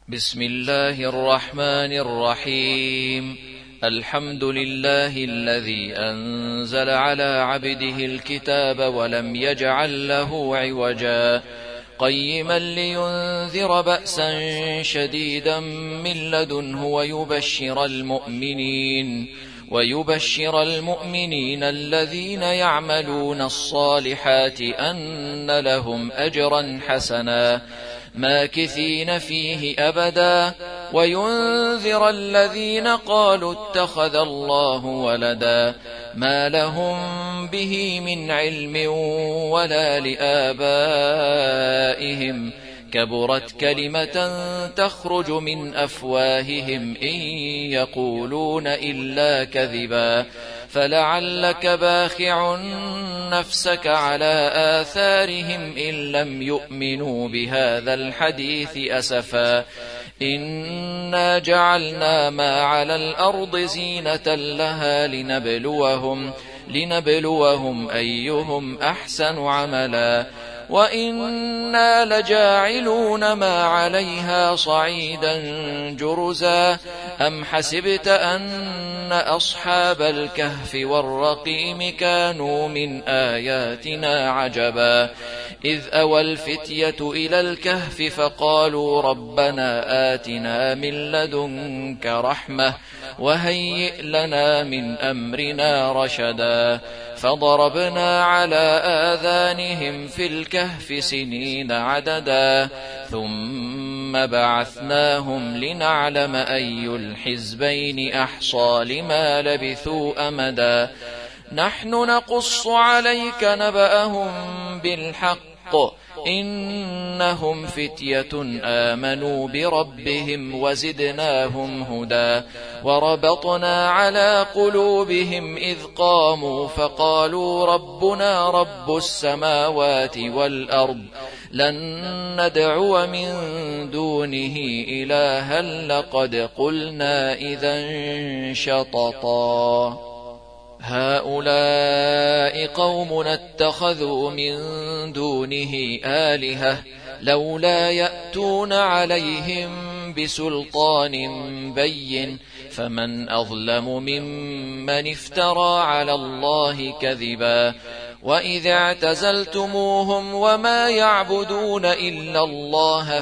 بسم الله الرحمن الرحيم. الحمد لله الذي أنزل على عبده الكتاب ولم يجعل له عوجا قيما لينذر بأسا شديدا من لدنه ويبشر المؤمنين الذين يعملون الصالحات أن لهم أجرا حسنا ماكثين فيه أبدا وينذر الذين قالوا اتخذ الله ولدا ما لهم به من علم ولا لآبائهم كبرت كلمة تخرج من أفواههم إن يقولون إلا كذبا فلعلك باخع نفسك على آثارهم إن لم يؤمنوا بهذا الحديث أسفا إنا جعلنا ما على الأرض زينة لها لنبلوهم أيهم أحسن عملا وإنا لجاعلون ما عليها صعيدا جرزا أم حسبت أن أصحاب الكهف والرقيم كانوا من آياتنا عجبا إذ أوى الفتية إلى الكهف فقالوا ربنا آتنا من لدنك رحمة وهيئ لنا من أمرنا رشدا فضربنا على آذانهم في الكهف سنين عددا ثم بعثناهم لنعلم أي الحزبين أحصى لما لبثوا أمدا نحن نقص عليك نبأهم بالحق إنهم فتية آمنوا بربهم وزدناهم هدى وربطنا على قلوبهم إذ قاموا فقالوا ربنا رب السماوات والأرض لن ندعو من دونه إلها لقد قلنا إذا شططا هؤلاء قومنا اتخذوا من دونه آلهة لولا يأتون عليهم بسلطان بين فمن أظلم ممن افترى على الله كذبا وإذ اعتزلتموهم وما يعبدون إلا الله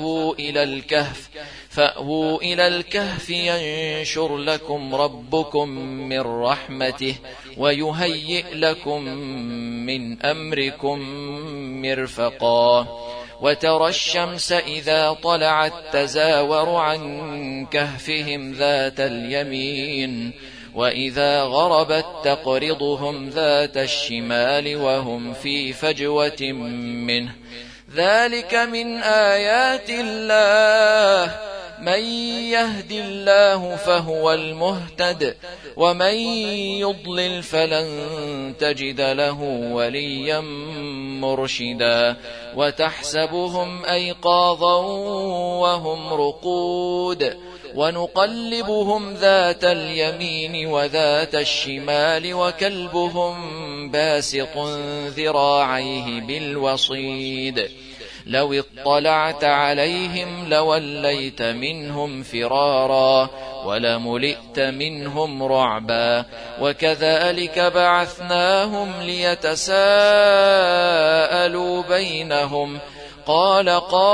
فأووا إلى الكهف ينشر لكم ربكم من رحمته ويهيئ لكم من أمركم مرفقا وترى الشمس إذا طلعت تزاور عن كهفهم ذات اليمين وإذا غربت تقرضهم ذات الشمال وهم في فجوة منه ذلك من آيات الله من يهد الله فهو المهتد ومن يضلل فلن تجد له وليا مرشدا وتحسبهم أيقاظا وهم رقود ونقلبهم ذات اليمين وذات الشمال وكلبهم باسط ذراعيه بالوصيد لو اطلعت عليهم لوليت منهم فرارا ولملئت منهم رعبا وكذلك بعثناهم ليتساءلوا بينهم قال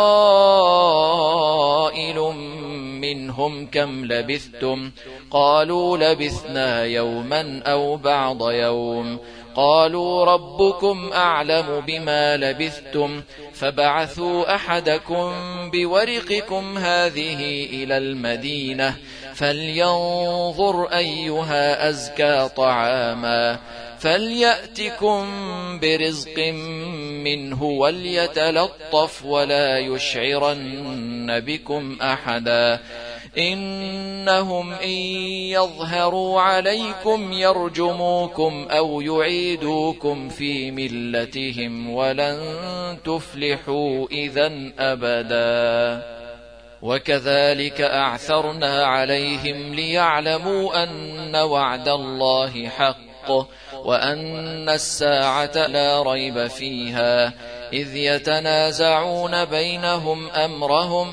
قائل منهم كم لبثتم قالوا لبثنا يوما أو بعض يوم قالوا ربكم أعلم بما لبثتم فبعثوا أحدكم بورقكم هذه إلى المدينة فلينظر أيها أزكى طعاما فليأتكم برزق منه وليتلطف ولا يشعرن بكم أحدا إنهم إن يظهروا عليكم يرجموكم أو يعيدوكم في ملتهم ولن تفلحوا إذن أبدا وكذلك أعثرنا عليهم ليعلموا أن وعد الله حق وأن الساعة لا ريب فيها إذ يتنازعون بينهم أمرهم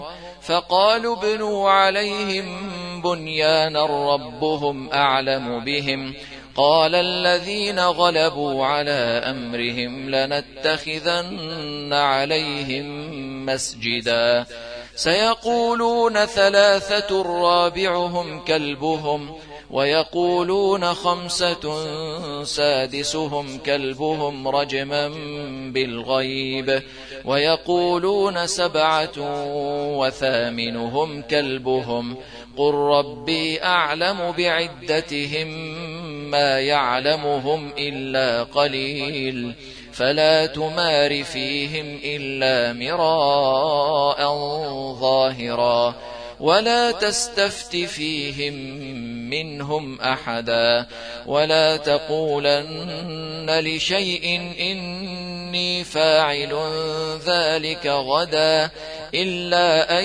فقالوا ابنوا عليهم بنيانا ربهم أعلم بهم قال الذين غلبوا على أمرهم لنتخذن عليهم مسجدا سيقولون 3 رابعهم كلبهم ويقولون 5 سادسهم كلبهم رجما بالغيب ويقولون 7 وثامنهم كلبهم قل ربي أعلم بعدتهم ما يعلمهم إلا قليل فلا تمار فيهم إلا مراء ظاهرا ولا تستفت فيهم منهم أحدا ولا تقولن لشيء إني فاعل ذلك غدا إلا أن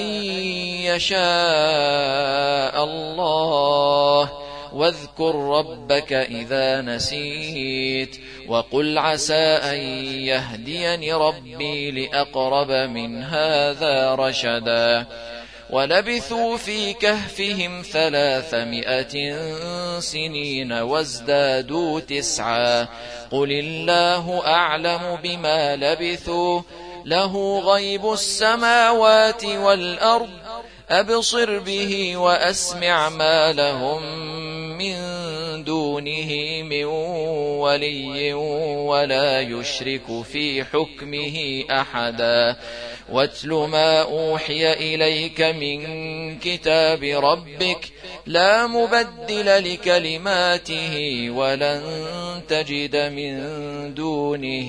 يشاء الله واذكر ربك إذا نسيت وقل عسى أن يهديني ربي لأقرب من هذا رشدا ولبثوا في كهفهم 300 سنين وازدادوا 9 قل الله أعلم بما لبثوا له غيب السماوات والأرض أبصر به وأسمع ما لهم من دونه من ولي ولا يشرك في حكمه أحدا واتل ما أوحي إليك من كتاب ربك لا مبدل لكلماته ولن تجد من دونه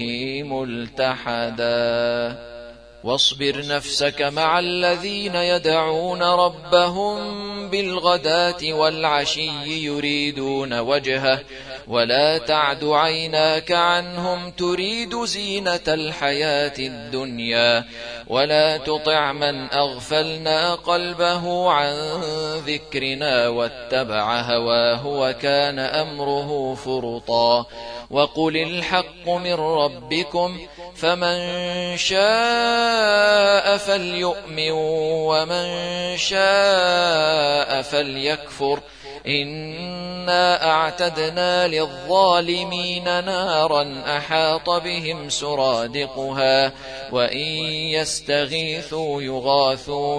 ملتحدا واصبر نفسك مع الذين يدعون ربهم بالغداة والعشي يريدون وجهه ولا تعد عيناك عنهم تريد زينة الحياة الدنيا ولا تطع من أغفلنا قلبه عن ذكرنا واتبع هواه وكان أمره فرطا وقل الحق من ربكم فمن شاء فليؤمن ومن شاء فليكفر إنا أعتدنا للظالمين نارا أحاط بهم سرادقها وإن يستغيثوا يغاثوا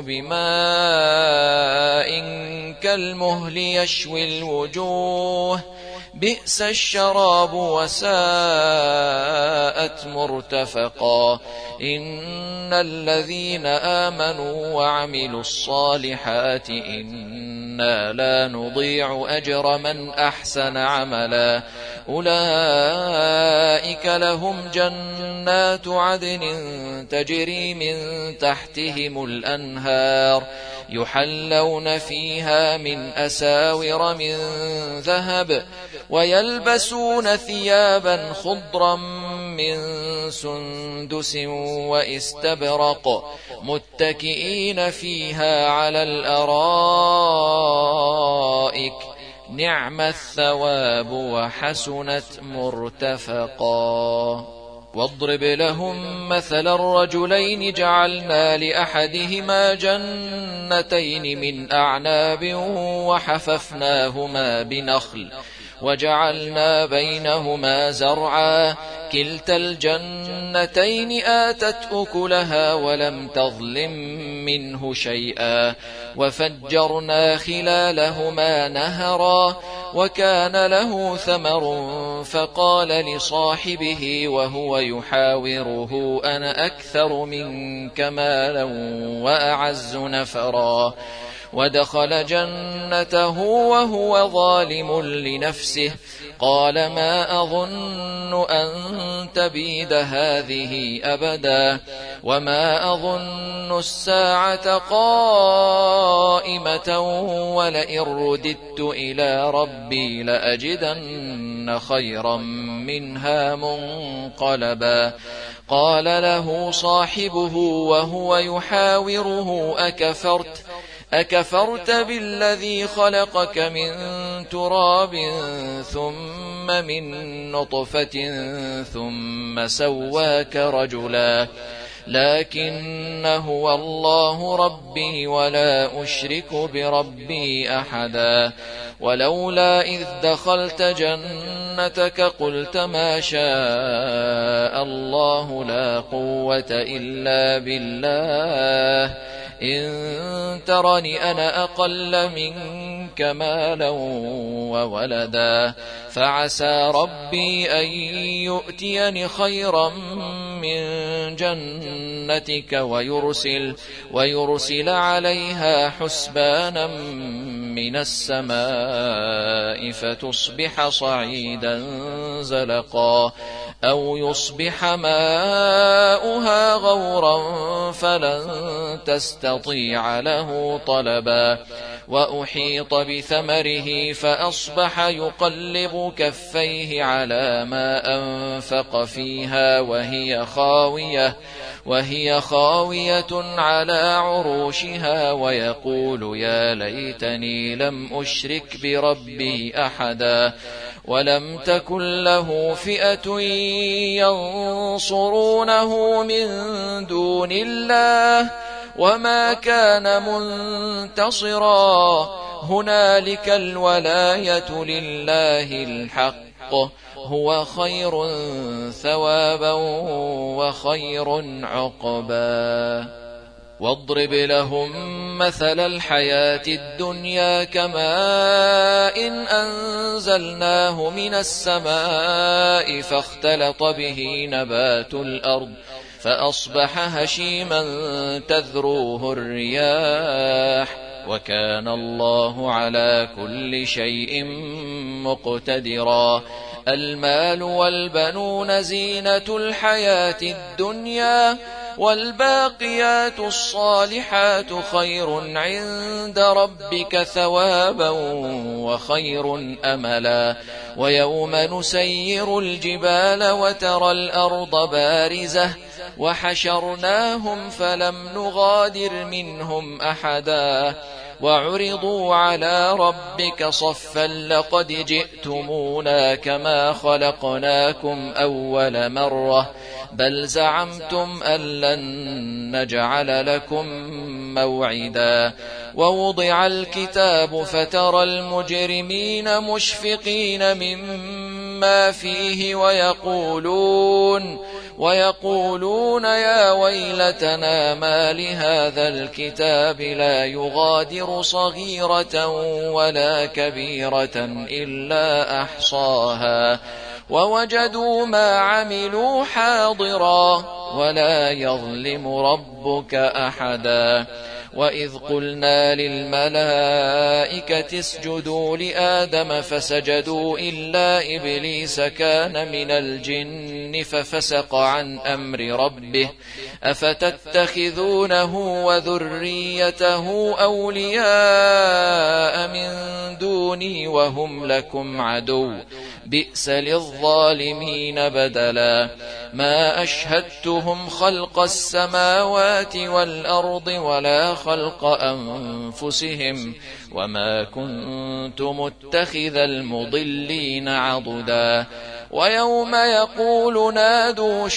بماء كالمهل يشوي الوجوه بئس الشراب وساءت مرتفقا إن الذين آمنوا وعملوا الصالحات إنا لا نضيع أجر من أحسن عملا أولئك لهم جنات عدن تجري من تحتهم الأنهار يحلون فيها من أساور من ذهب ويلبسون ثيابا خضرا من سندس واستبرق متكئين فيها على الأرائك نعم الثواب وحسنت مرتفقا واضرب لهم مثل الرجلين جعلنا لأحدهما جنتين من أعناب وحففناهما بنخل وجعلنا بينهما زرعا كلتا الجنتين آتت أكلها ولم تظلم منه شيئا وفجرنا خلالهما نهرا وكان له ثمر فقال لصاحبه وهو يحاوره أنا أكثر منك مالا وأعز نفرا ودخل جنته وهو ظالم لنفسه قال ما أظن أن تبيد هذه أبدا وما أظن الساعة قائمة ولئن رددت إلى ربي لأجدن خيرا منها منقلبا قال له صاحبه وهو يحاوره أكفرت بالذي خلقك من تراب ثم من نطفة ثم سواك رجلا لكن هو الله ربي ولا أشرك بربي أحدا ولولا إذ دخلت جنتك قلت ما شاء الله لا قوة إلا بالله إن ترني أنا أقل منك مالا وولدا فعسى ربي أن يؤتيني خيرا من جنتك ويرسل عليها حسبانا من السماء فتصبح صعيدا زلقا أو يصبح ماؤها غورا فلن تستطيع له طلبا وأحيط بثمره فأصبح يقلب كفيه على ما أنفق فيها وهي خاوية على عروشها ويقول يا ليتني لم أشرك بربي أحدا ولم تكن له فئة ينصرونه من دون الله وما كان منتصرا هنالك الولاية لله الحق هو خير ثوابا وخير عقبا واضرب لهم مثل الحياة الدنيا كماء أنزلناه من السماء فاختلط به نبات الأرض فأصبح هشيما تذروه الرياح وكان الله على كل شيء مقتدرا المال والبنون زينة الحياة الدنيا والباقيات الصالحات خير عند ربك ثوابا وخير أملا ويوم نسير الجبال وترى الأرض بارزة وحشرناهم فلم نغادر منهم أحدا وعرضوا على ربك صفا لقد جئتمونا كما خلقناكم أول مرة بل زعمتم أن لن نجعل لكم موعدا ووضع الكتاب فترى المجرمين مشفقين مما فيه ويقولون يا ويلتنا ما لهذا الكتاب لا يغادر صغيرة ولا كبيرة إلا أحصاها ووجدوا ما عملوا حاضرا ولا يظلم ربك أحدا وإذ قلنا للملائكة اسجدوا لآدم فسجدوا إلا إبليس كان من الجن ففسق عن أمر ربه أفتتخذونه وذريته أولياء من دوني وهم لكم عدو بئس للظالمين بدلا ما أشهدتهم خلق السماوات والأرض ولا خلق أنفسهم وما كنت متخذ المضلين عضدا ويوم يقول نادوا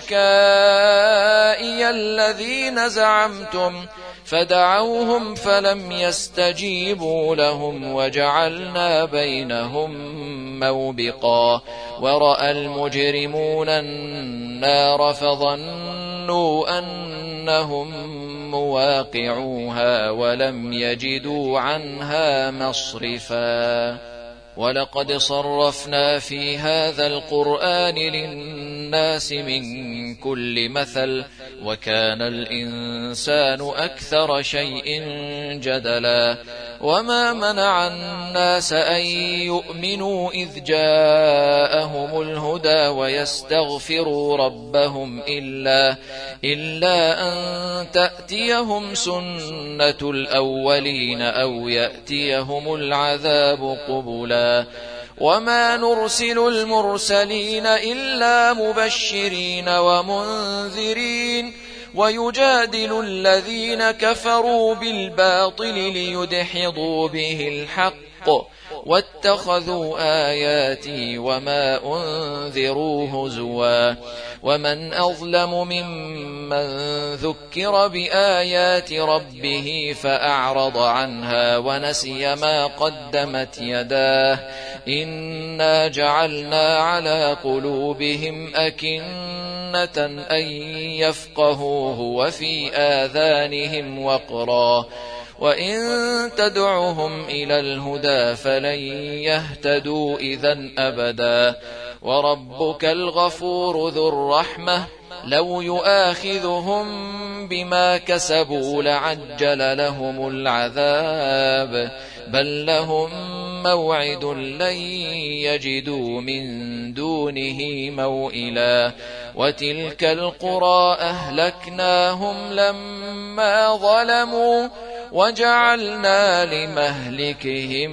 شركائي الذين زعمتم فدعوهم فلم يستجيبوا لهم وجعلنا بينهم موبقا ورأى المجرمون النار فظنوا أنهم مواقعوها ولم يجدوا عنها مصرفا ولقد صرفنا في هذا القرآن للناس من كل مثل وكان الإنسان أكثر شيء جدلا وما منع الناس أن يؤمنوا إذ جاءهم الهدى ويستغفروا ربهم إلا أن تأتيهم سنة الأولين أو يأتيهم العذاب قبلا وما نرسل المرسلين إلا مبشرين ومنذرين ويجادل الذين كفروا بالباطل ليدحضوا به الحق واتخذوا آياتي وما أنذروا هزوا ومن أظلم ممن ذكر بآيات ربه فأعرض عنها ونسي ما قدمت يداه إنا جعلنا على قلوبهم أكنة أن يفقهوه وفي آذانهم وقرا وإن تدعهم إلى الهدى فلن يهتدوا إذن أبدا وربك الغفور ذو الرحمة لو يؤاخذهم بما كسبوا لعجل لهم العذاب بل لهم موعد لن يجدوا من دونه موئلا وتلك القرى أهلكناهم لما ظلموا وجعلنا لمهلكهم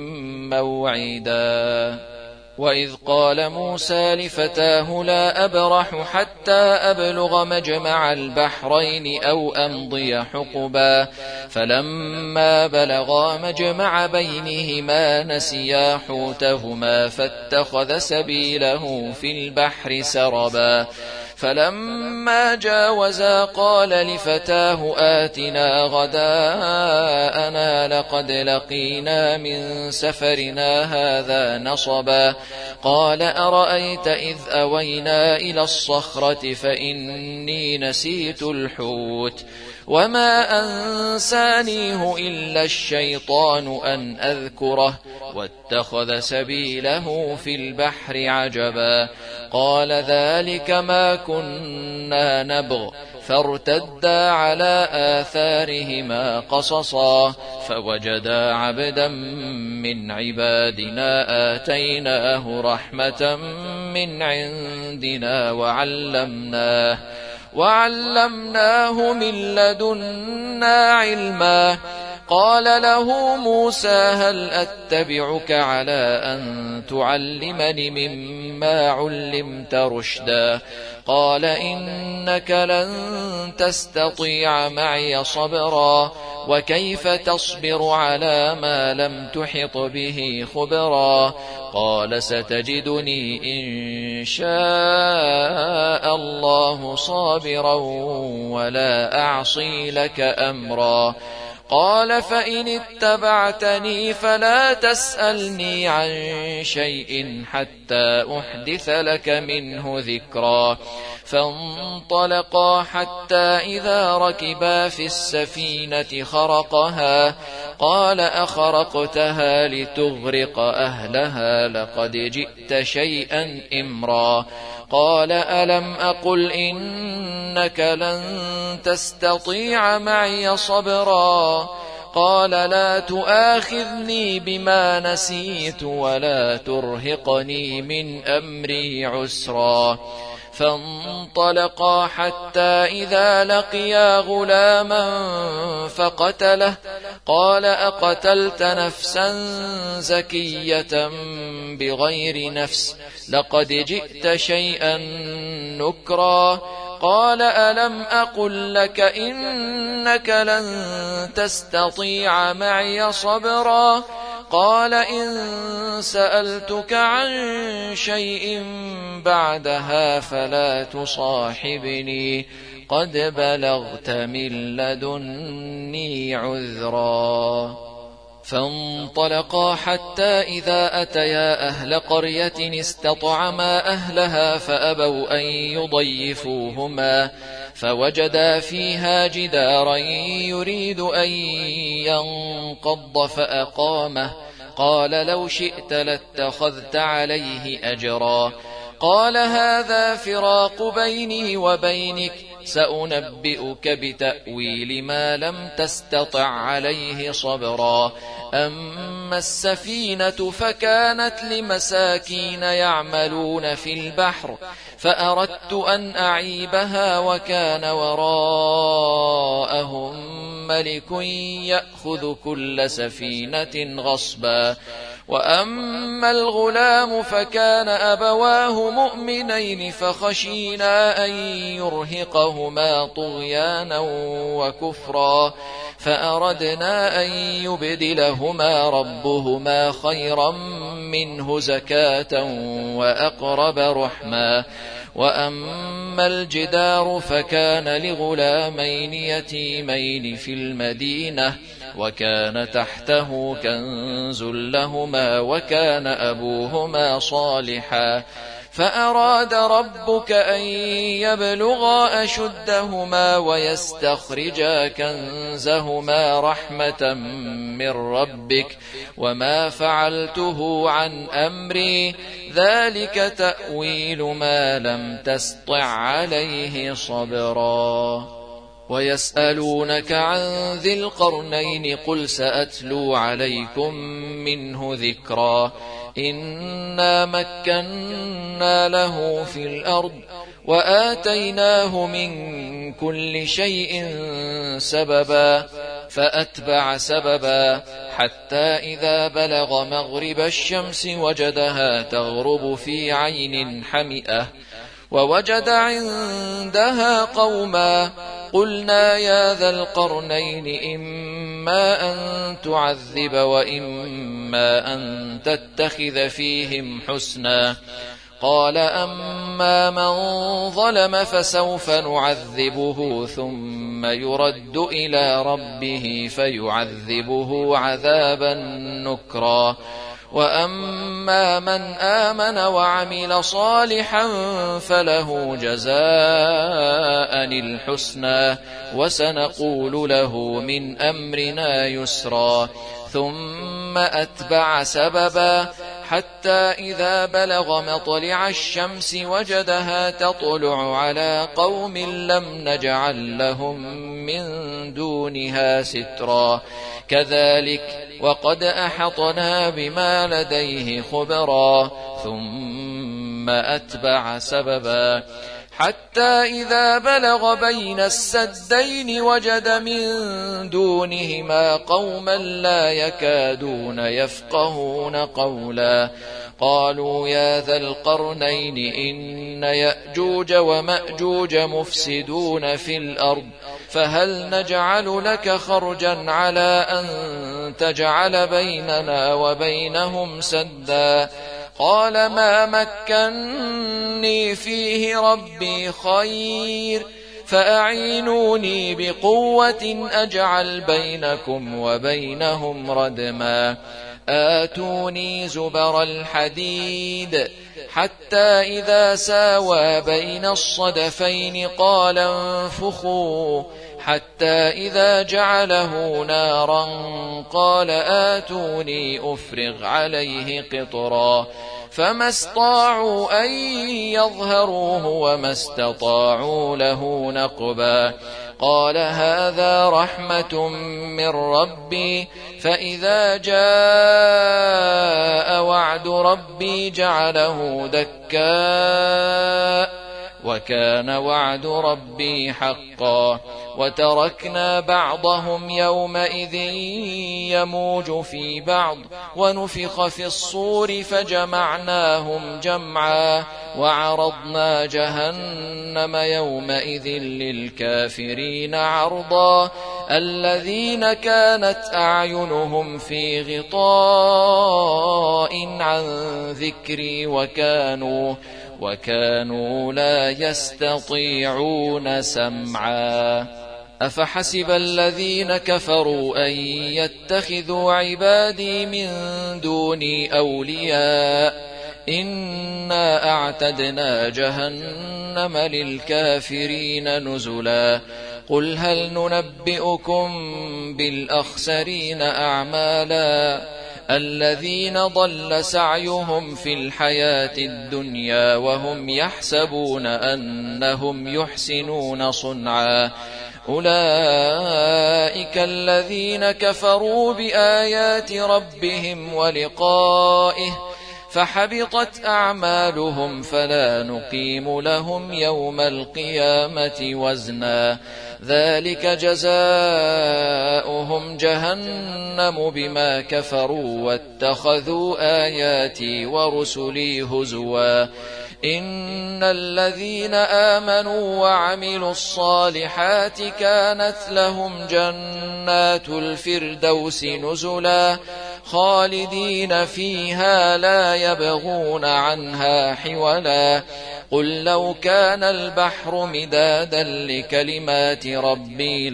موعدا وإذ قال موسى لفتاه لا أبرح حتى أبلغ مجمع البحرين أو أمضي حقبا فلما بلغا مجمع بينهما نسيا حوتهما فاتخذ سبيله في البحر سربا فلما جاوزا قال لفتاه آتنا غداءنا لقد لقينا من سفرنا هذا نصبا قال أرأيت إذ أوينا إلى الصخرة فإني نسيت الحوت وما أنسانيه إلا الشيطان أن أذكره واتخذ سبيله في البحر عجبا قال ذلك ما كنا نبغ فارتدا على آثارهما قصصا فوجدا عبدا من عبادنا آتيناه رحمة من عندنا وعلمناه من لدنا علما قال له موسى هل أتبعك على أن تعلمني مما علمت رشدا قال إنك لن تستطيع معي صبرا وكيف تصبر على ما لم تحط به خبرا قال ستجدني إن شاء الله صابرا ولا أعصي لك أمرا قال فإن اتبعتني فلا تسألني عن شيء حتى أحدث لك منه ذكرا فانطلقا حتى إذا ركبا في السفينة خرقها قال أخرقتها لتغرق أهلها لقد جئت شيئا إمرا قال ألم أقل إنك لن تستطيع معي صبرا قال لا تؤاخذني بما نسيت ولا ترهقني من أمري عسرا فانطلقا حتى إذا لقيا غلاما فقتله قال أقتلت نفسا زكية بغير نفس لقد جئت شيئا نكرا قال ألم أقل لك إنك لن تستطيع معي صبرا قال إن سألتك عن شيء بعدها فلا تصاحبني قد بلغت من لدني عذرا فانطلقا حتى إذا أتيا أهل قرية استطعما أهلها فأبوا أن يضيفوهما فوجدا فيها جدارا يريد أن ينقض فأقامه قال لو شئت لاتخذت عليه أجرا قال هذا فراق بيني وبينك سأنبئك بتأويل ما لم تستطع عليه صبرا أما السفينة فكانت لمساكين يعملون في البحر فأردت أن أعيبها وكان وراءهم ملك يأخذ كل سفينة غصبا وأما الغلام فكان أبواه مؤمنين فخشينا أن يرهقهما طغيانا وكفرا فأردنا أن يبدلهما ربهما خيرا منه زكاة وأقرب رحما. وأما الجدار فكان لغلامين يتيمين في المدينة وكان تحته كنز لهما وكان أبوهما صالحا فأراد ربك أن يبلغا أشدهما ويستخرجا كنزهما رحمة من ربك وما فعلته عن أمري ذلك تأويل ما لم تسطع عليه صبرا. ويسألونك عن ذي القرنين قل سأتلو عليكم منه ذكرا. إنا مكنا له في الأرض وآتيناه من كل شيء سببا فأتبع سببا حتى إذا بلغ مغرب الشمس وجدها تغرب في عين حمئة ووجد عندها قوما قلنا يا ذا القرنين إما أن تعذب وإما أن تتخذ فيهم حسنا. قال أما من ظلم فسوف نعذبه ثم يرد إلى ربه فيعذبه عذابا نكرا. وأما من آمن وعمل صالحا فله جزاء الحسنى وسنقول له من أمرنا يسرا. ثم أتبع سببا حتى إذا بلغ مطلع الشمس وجدها تطلع على قوم لم نجعل لهم من دونها سترا. كذلك وقد أحطنا بما لديه خبرا. ثم أتبع سببا حتى إذا بلغ بين السدين وجد من دونهما قوما لا يكادون يفقهون قولا. قالوا يا ذا القرنين إن يأجوج ومأجوج مفسدون في الأرض فهل نجعل لك خرجا على أن تجعل بيننا وبينهم سدا. قال ما مكني فيه ربي خير فأعينوني بقوة أجعل بينكم وبينهم ردما. آتوني زبر الحديد حتى إذا ساوى بين الصدفين قال انفخوا حتى إذا جعله نارا قال آتوني أفرغ عليه قطرا. فما استطاعوا أن يظهروه وما استطاعوا له نقبا. قال هذا رحمة من ربي فإذا جاء وعد ربي جعله دكاء وكان وعد ربي حقا. وتركنا بعضهم يومئذ يموج في بعض ونفخ في الصور فجمعناهم جمعا وعرضنا جهنم يومئذ للكافرين عرضا. الذين كانت أعينهم في غطاء عن ذكري وكانوا لا يستطيعون سمعا. أفحسب الذين كفروا أن يتخذوا عبادي من دوني أولياء إنا أعتدنا جهنم للكافرين نزلا. قل هل ننبئكم بالأخسرين أعمالا الذين ضل سعيهم في الحياة الدنيا وهم يحسبون أنهم يحسنون صنعا. أولئك الذين كفروا بآيات ربهم ولقائه فحبطت أعمالهم فلا نقيم لهم يوم القيامة وزنا. ذلك جزاؤهم جهنم بما كفروا واتخذوا آياتي ورسلي هزوا. إن الذين آمنوا وعملوا الصالحات كانت لهم جنات الفردوس نزلا خالدين فيها لا يبغون عنها حولا قل لو كان البحر مدادا لكلمات ربي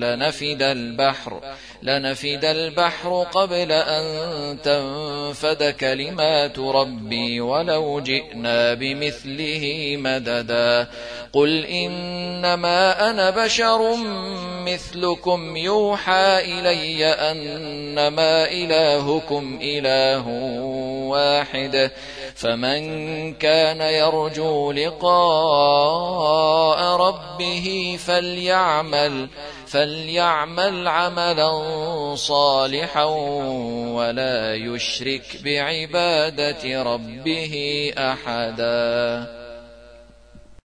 لنفد البحر قبل أن تنفد كلمات ربي ولو جئنا بمثله مددا قل إنما أنا بشر مثلكم يوحى إلي أنما إلهكم إله واحد فمن كان يرجو لقاء ربه فليعمل عملا صالحا ولا يشرك بعبادة ربه أحدا.